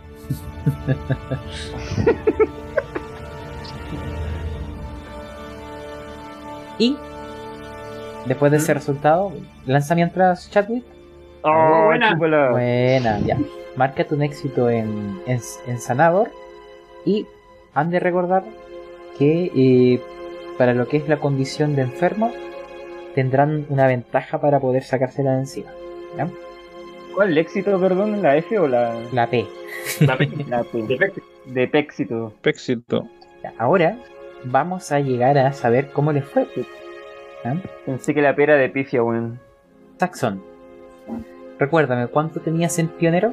Y después de ese resultado, lanza mientras Chadwick. Oh, buena. chúpala. Buena, ya. Márcate un éxito en, en, en sanador. Y han de recordar que eh, para lo que es la condición de enfermo, tendrán una ventaja para poder sacársela de encima. ¿Ya? ¿Cuál éxito, perdón? ¿La F o la, La P. La P. la P? Defecto. De péxito. Éxito. Ya, ahora vamos a llegar a saber cómo les fue. ¿Ya? Pensé que la P era de pifia, weón. Saxon, recuérdame, ¿cuánto tenías en pionero?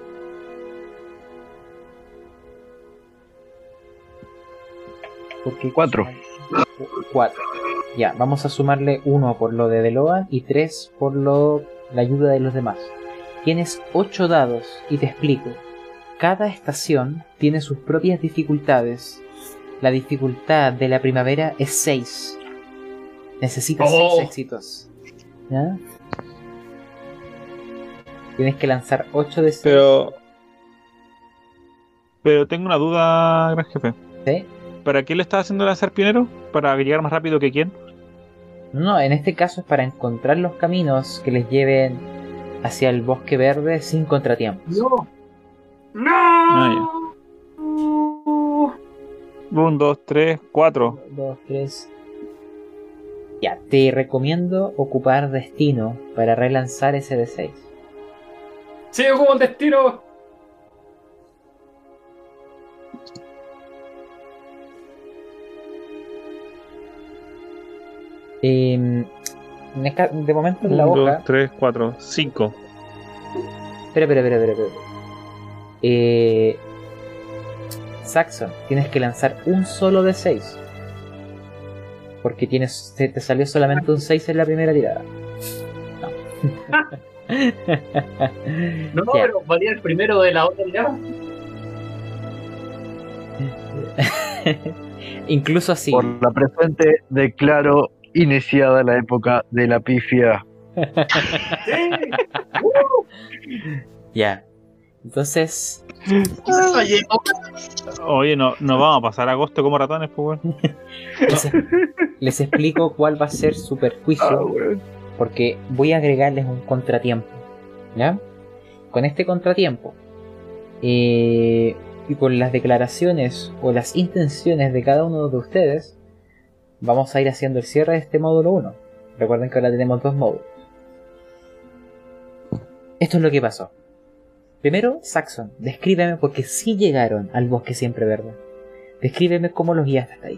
Porque Cuatro. Cuatro. Ya, vamos a sumarle uno por lo de Deloan y tres por lo la ayuda de los demás. Tienes ocho dados y te explico. Cada estación tiene sus propias dificultades. La dificultad de la primavera es seis. Necesitas Oh. seis éxitos. ¿Ya? Tienes que lanzar ocho de seis. Pero. Pero tengo una duda, gran jefe. ¿Sí? ¿Para qué le estás haciendo lanzar pionero? ¿Para llegar más rápido que quién? No, en este caso es para encontrar los caminos que les lleven hacia el bosque verde sin contratiempos. No. No. Ah, Un, dos, tres, cuatro. Dos, tres. Ya, te recomiendo ocupar destino para relanzar ese de seis. Sí, hubo un destino. Eh, de momento en la Un, hoja. dos, tres, cuatro, cinco. Espera, espera, espera, espera. espera. Eh, Saxon, tienes que lanzar un solo de seis. Porque tienes, te, te salió solamente un seis en la primera tirada. No, Ya. pero valía el primero de la otra tirada. Incluso así. Por la presente declaro iniciada la época de la pifia. Sí. Ya. Entonces, Oye, Oye, no, no vamos a pasar agosto como ratones, pues, weón. les, les explico cuál va a ser su perjuicio. Porque voy a agregarles un contratiempo. ¿Ya? Con este contratiempo eh, y con las declaraciones o las intenciones de cada uno de ustedes, vamos a ir haciendo el cierre de este módulo uno. Recuerden que ahora tenemos dos módulos. Esto es lo que pasó. Primero, Saxon, descríbeme, porque sí llegaron al bosque siempre verde. Descríbeme cómo los guiaste hasta ahí.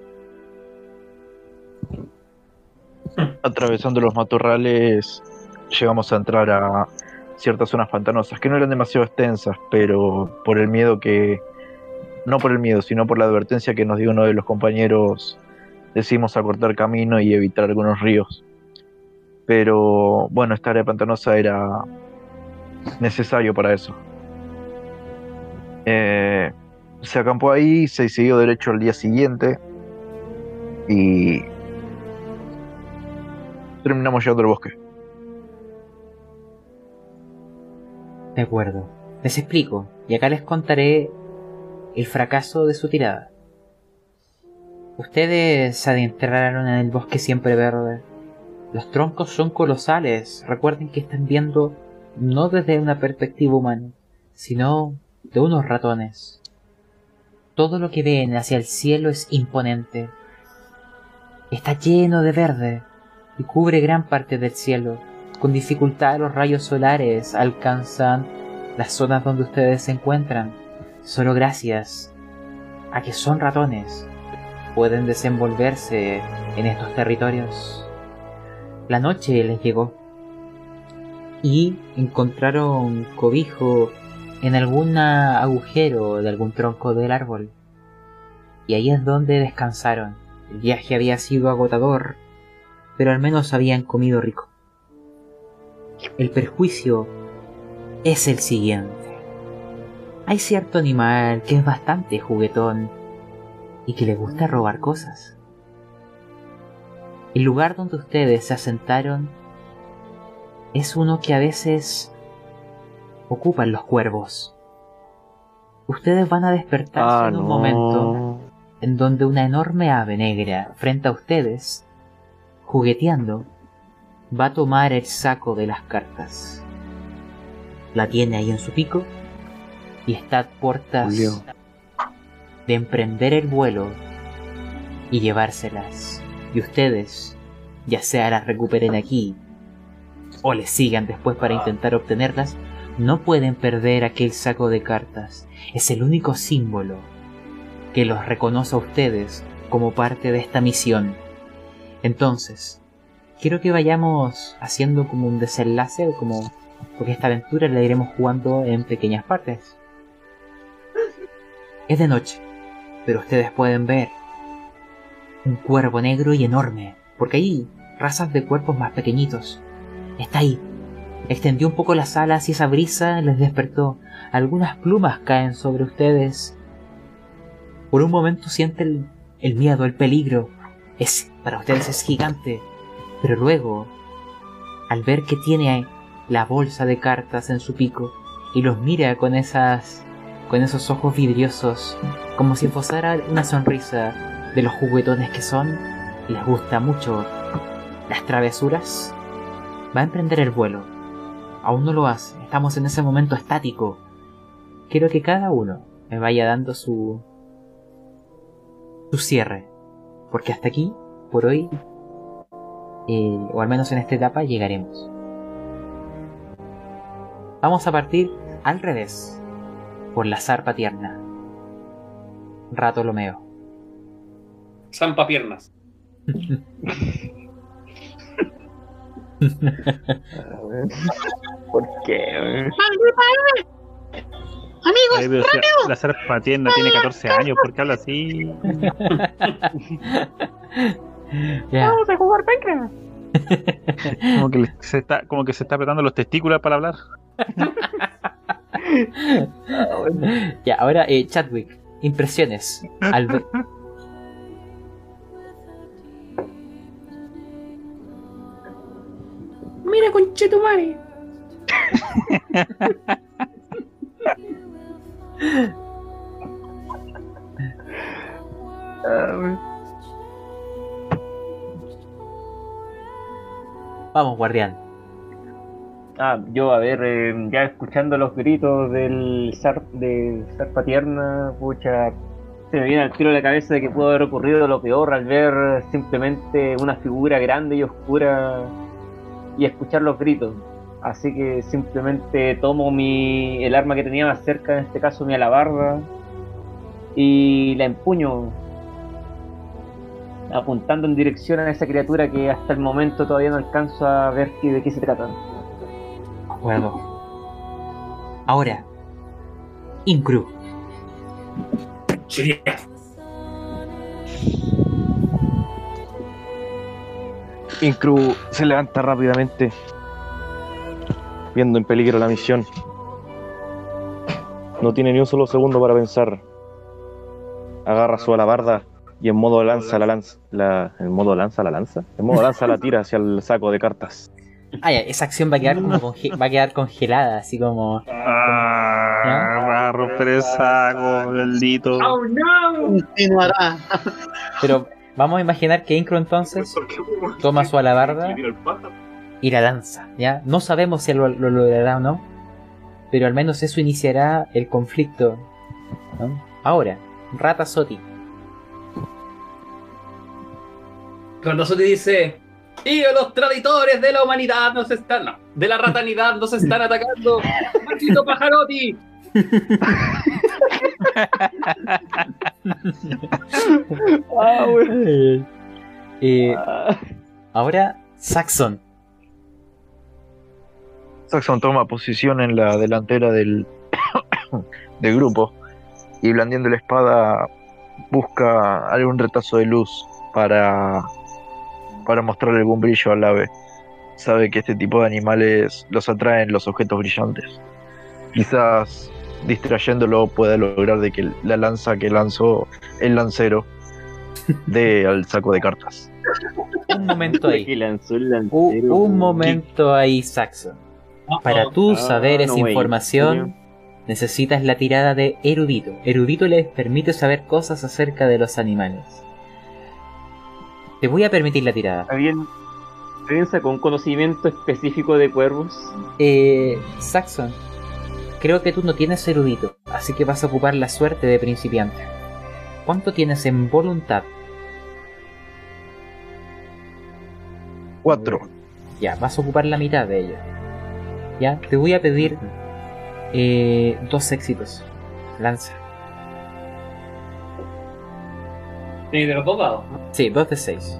Atravesando los matorrales llegamos a entrar a ciertas zonas pantanosas que no eran demasiado extensas, pero por el miedo que... No por el miedo, sino por la advertencia que nos dio uno de los compañeros, decidimos acortar camino y evitar algunos ríos. Pero bueno, esta área pantanosa era necesario para eso. Eh, se acampó ahí, se siguió derecho al día siguiente y terminamos llegando al bosque. De acuerdo. Les explico, y acá les contaré el fracaso de su tirada. Ustedes se adentraron en el bosque siempre verde. Los troncos son colosales. Recuerden que están viendo no desde una perspectiva humana, sino de unos ratones. Todo lo que ven hacia el cielo es imponente. Está lleno de verde y cubre gran parte del cielo. Con dificultad los rayos solares alcanzan las zonas donde ustedes se encuentran. Solo gracias a que son ratones pueden desenvolverse en estos territorios. La noche les llegó y encontraron cobijo en algún agujero de algún tronco del árbol. Y ahí es donde descansaron. El viaje había sido agotador, pero al menos habían comido rico. El perjuicio es el siguiente. Hay cierto animal que es bastante juguetón y que le gusta robar cosas. El lugar donde ustedes se asentaron es uno que a veces ocupan los cuervos. Ustedes van a despertarse Ah, en un no. momento en donde una enorme ave negra frente a ustedes, jugueteando, va a tomar el saco de las cartas. La tiene ahí en su pico y está a puertas Julio. de emprender el vuelo y llevárselas. Y ustedes, ya sea las recuperen aquí o les sigan después para intentar obtenerlas, no pueden perder aquel saco de cartas. Es el único símbolo que los reconoce a ustedes como parte de esta misión. Entonces, quiero que vayamos haciendo como un desenlace, como porque esta aventura la iremos jugando en pequeñas partes. Es de noche, pero ustedes pueden ver un cuervo negro y enorme, porque hay razas de cuerpos más pequeñitos. Está ahí, extendió un poco las alas y esa brisa les despertó. Algunas plumas caen sobre ustedes. Por un momento sienten el, el miedo, el peligro. Es, para ustedes es gigante. Pero luego, al ver que tiene la bolsa de cartas en su pico y los mira con esas, con esos ojos vidriosos, como si esbozara una sonrisa de los juguetones que son, les gusta mucho las travesuras, va a emprender el vuelo. Aún no lo hace, estamos en ese momento estático. Quiero que cada uno me vaya dando su su cierre, porque hasta aquí, por hoy, eh, o al menos en esta etapa, llegaremos. Vamos a partir al revés, por la zarpa tierna. Ratolomeo. Zampa piernas. ¿Por qué? Amigos, Ay, pero si rápido. la zarpa tierna tiene catorce años, ¿por qué habla así? Ya. Vamos a jugar Minecraft. Como que, le- se está, como que se está apretando los testículos para hablar. Ya, ahora eh, Chadwick, impresiones. Al ve- Mira, conchetumare. Vamos, guardián. Ah, yo, a ver, eh, ya escuchando los gritos del zar, de zarpa tierna, pucha, se me viene al tiro a la cabeza de que pudo haber ocurrido lo peor al ver simplemente una figura grande y oscura y escuchar los gritos. Así que simplemente tomo mi el arma que tenía más cerca, en este caso mi alabarda, y la empuño, apuntando en dirección a esa criatura que hasta el momento todavía no alcanzo a ver qué- de qué se trata. Juego. Ahora, Incru. Chiriá. Incru se levanta rápidamente, viendo en peligro la misión. No tiene ni un solo segundo para pensar. Agarra su alabarda y en modo lanza la lanza. La, ¿En modo lanza la lanza? En modo lanza la tira hacia el saco de cartas. Ah, ya, esa acción va a quedar como conge- va a quedar congelada, así como. Ah, va a romper el saco, maldito. ¡Oh, no! Continuará. Pero vamos a imaginar que Incru entonces toma su alabarda y la lanza, ¿ya? No sabemos si lo, lo logrará o no, pero al menos eso iniciará el conflicto, ¿no? Ahora, Rata Soti. Cuando Soti dice: ¡Y los traidores de la humanidad nos están... No, de la ratanidad nos están atacando! ¡Maldito pajarotti! Ah, güey. Eh, ahora, Saxon. Saxon toma posición en la delantera del, del grupo y blandiendo la espada busca algún retazo de luz para, para mostrarle algún brillo al ave. Sabe que este tipo de animales los atraen los objetos brillantes. Quizás distrayéndolo pueda lograr de que la lanza que lanzó el lancero dé al saco de cartas. Un momento Que ahí. lanzó el U- lancero. un momento ahí, Saxon. Para tú Ah, saber esa no, güey. información, necesitas la tirada de erudito. Erudito les permite saber cosas acerca de los animales. Te voy a permitir la tirada. ¿Está bien? ¿Piensa con un conocimiento específico de cuervos? Eh, Saxon, creo que tú no tienes erudito, así que vas a ocupar la suerte de principiante. ¿Cuánto tienes en voluntad? Cuatro. Ya, vas a ocupar la mitad de ella. Ya, te voy a pedir eh, dos éxitos. Lanza. Y de los dos dados. Sí, dos de seis.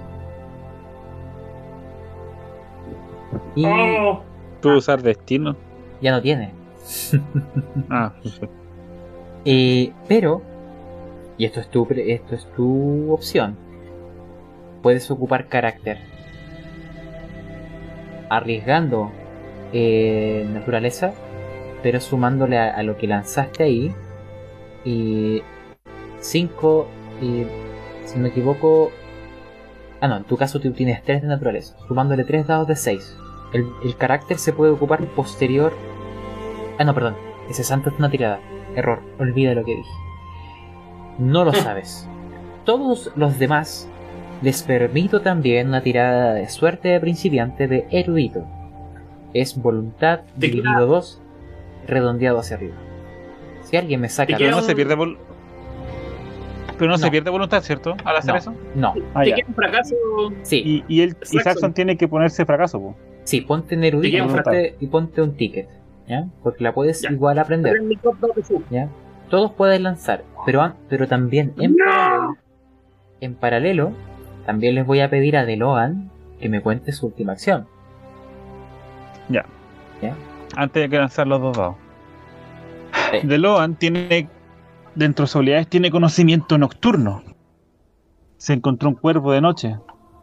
Y ¡Oh! ¿Puedo usar destino? ya no tiene. Ah, perfecto. Eh, pero, y esto es tu, pre- esto es tu opción, puedes ocupar carácter, arriesgando eh, naturaleza, pero sumándole a, a lo que lanzaste ahí. Y cinco, y si no me equivoco... Ah, no, en tu caso tú tienes tres de naturaleza, sumándole tres dados de seis. El, el carácter se puede ocupar posterior... Ah, no, perdón, ese santo es una tirada. Error, olvida lo que dije. No lo sabes. Todos los demás les permito también una tirada de suerte de principiante de erudito. Es voluntad dividido dos, redondeado hacia arriba. Si alguien me saca... Pero no se pierde vol- Pero no, No. se pierde voluntad, ¿cierto? Al hacer No, eso. no. Ah, ¿Te ya. queda un fracaso? Sí, Y, y, el, y Saxon. Saxon tiene que ponerse fracaso, po. sí, ponte en erudito Te y queda un ponte, y ponte un ticket, ¿ya? Porque la puedes Ya. igual aprender, En mi top dos de su- ¿ya? Todos pueden lanzar, pero, an- pero también en paralelo, en paralelo, también les voy a pedir a DeLoan que me cuente su última acción. Ya. ¿Ya? Antes de que lanzar los dos dados. Sí. DeLoan tiene, dentro de sus habilidades, tiene conocimiento nocturno. Se encontró un cuervo de noche.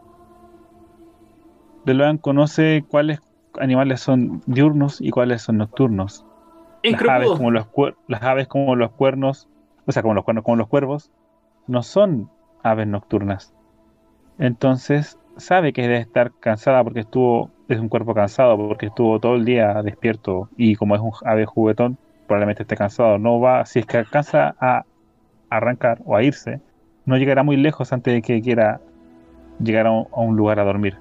DeLoan conoce cuáles animales son diurnos y cuáles son nocturnos. Las aves, Increíble. como los cuer- las aves como los cuernos, o sea, como los cuernos, como los cuervos, no son aves nocturnas. Entonces, sabe que debe estar cansada porque estuvo, es un cuerpo cansado, porque estuvo todo el día despierto y como es un ave juguetón, probablemente esté cansado. No va, si es que alcanza a arrancar o a irse, no llegará muy lejos antes de que quiera llegar a un, a un lugar a dormir.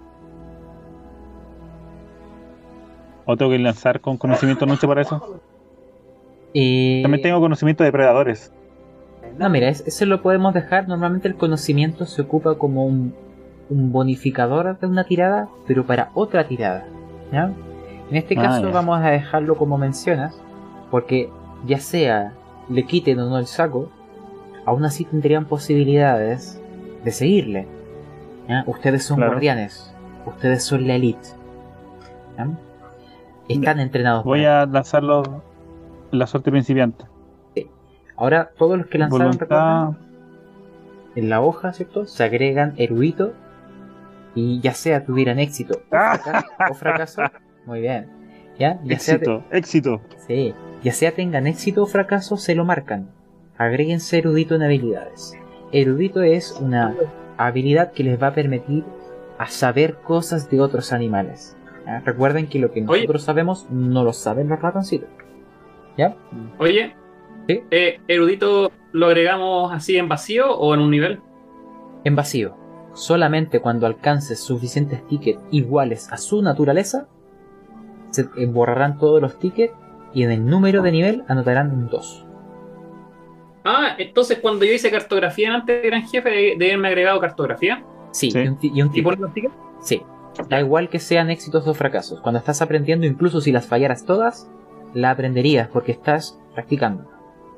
¿O tengo que lanzar con conocimiento noche para eso? Y... También tengo conocimiento de predadores. No, mira, es- eso lo podemos dejar. Normalmente el conocimiento se ocupa como un, un bonificador de una tirada, pero para otra tirada, ¿ya? En este Ah, caso ya. vamos a dejarlo como mencionas, porque ya sea le quiten o no el saco, aún así tendrían posibilidades de seguirle, ¿ya? Ustedes son Claro. guardianes, ustedes son la elite, ¿ya? Están entrenados. Voy para a lanzarlo la suerte principiante. Ahora, todos los que lanzaron, Voluntad. recuerden, en la hoja, ¿cierto? Se agregan erudito y ya sea tuvieran éxito o, Ah. fraca- o fracaso, muy bien, ¿ya? Ya sea, Éxito, éxito. sí, ya sea tengan éxito o fracaso, se lo marcan. Agréguense erudito en habilidades. Erudito es una habilidad que les va a permitir a saber cosas de otros animales, ¿ya? Recuerden que lo que Oye. nosotros sabemos no lo saben los ratoncitos, ¿ya? Oye, ¿Sí? eh, erudito, ¿lo agregamos así en vacío o en un nivel? En vacío. Solamente cuando alcances suficientes tickets iguales a su naturaleza, se eh, borrarán todos los tickets y en el número de nivel anotarán un dos. Ah, entonces cuando yo hice cartografía antes de gran jefe, de, de haberme agregado cartografía Sí, Sí. y un, ti- y un y ticket. poner los tickets. Sí. Da igual que sean éxitos o fracasos. Cuando estás aprendiendo, incluso si las fallaras todas, la aprenderías porque estás practicando.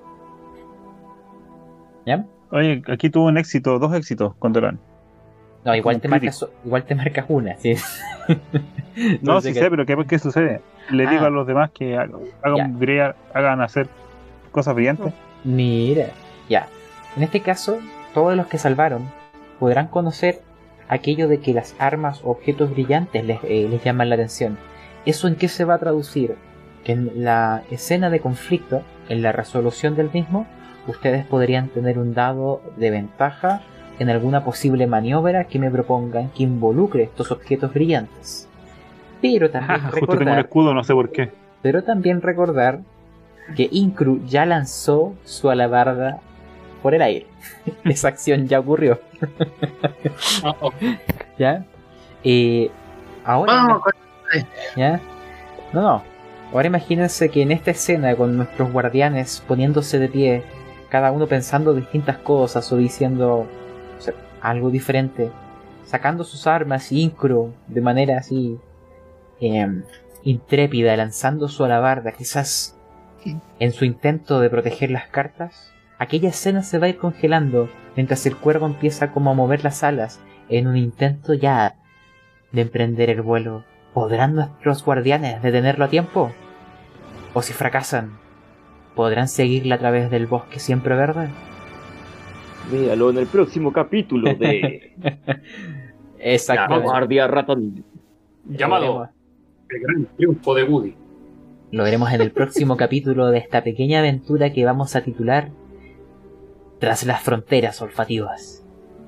¿Ya? Oye, aquí tuvo un éxito, dos éxitos con DeLoan. No, igual Como te, crítico. marcas, so- igual te marcas una. ¿Sí? No, Entonces sí que- sé, pero ¿qué, qué sucede? Le Ah. digo a los demás que hagan, hagan, brillar- hagan hacer cosas brillantes. Mira, ya. En este caso, todos los que salvaron podrán conocer aquello de que las armas o objetos brillantes les, eh, les llaman la atención. ¿Eso en qué se va a traducir? Que en la escena de conflicto, en la resolución del mismo, ustedes podrían tener un dado de ventaja en alguna posible maniobra que me propongan que involucre estos objetos brillantes. Pero también Justo tengo un recordar... escudo, no sé por qué. Pero también recordar que Incru ya lanzó su alabarda por el aire. Esa acción ya ocurrió. Ah, ok. ¿Ya? Eh, ahora... Vamos con ¿Ya? No, no. Ahora imagínense que en esta escena con nuestros guardianes poniéndose de pie, cada uno pensando distintas cosas o diciendo o sea, algo diferente, sacando sus armas, Incru de manera así eh, intrépida, lanzando su alabarda, quizás en su intento de proteger las cartas, aquella escena se va a ir congelando mientras el cuervo empieza como a mover las alas en un intento ya de emprender el vuelo. ¿Podrán nuestros guardianes detenerlo a tiempo? ¿O si fracasan, podrán seguirla a través del bosque siempre verde? Véalo en el próximo capítulo de La Exactamente. Guardia Ratón. Llámalo. El gran triunfo de Woody. Lo veremos en el próximo capítulo de esta pequeña aventura que vamos a titular Tras las fronteras olfativas.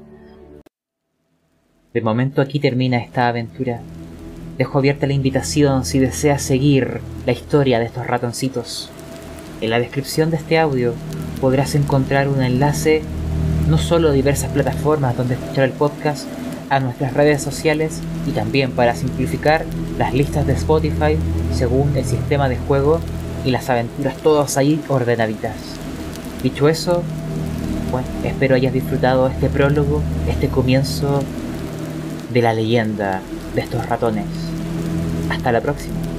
De momento aquí termina esta aventura. Dejo abierta la invitación si deseas seguir la historia de estos ratoncitos. En la descripción de este audio podrás encontrar un enlace no solo a diversas plataformas donde escuchar el podcast, a nuestras redes sociales y también, para simplificar, las listas de Spotify según el sistema de juego y las aventuras, todas ahí ordenaditas. Dicho eso, bueno, espero hayas disfrutado este prólogo, este comienzo de la leyenda de estos ratones. Hasta la próxima.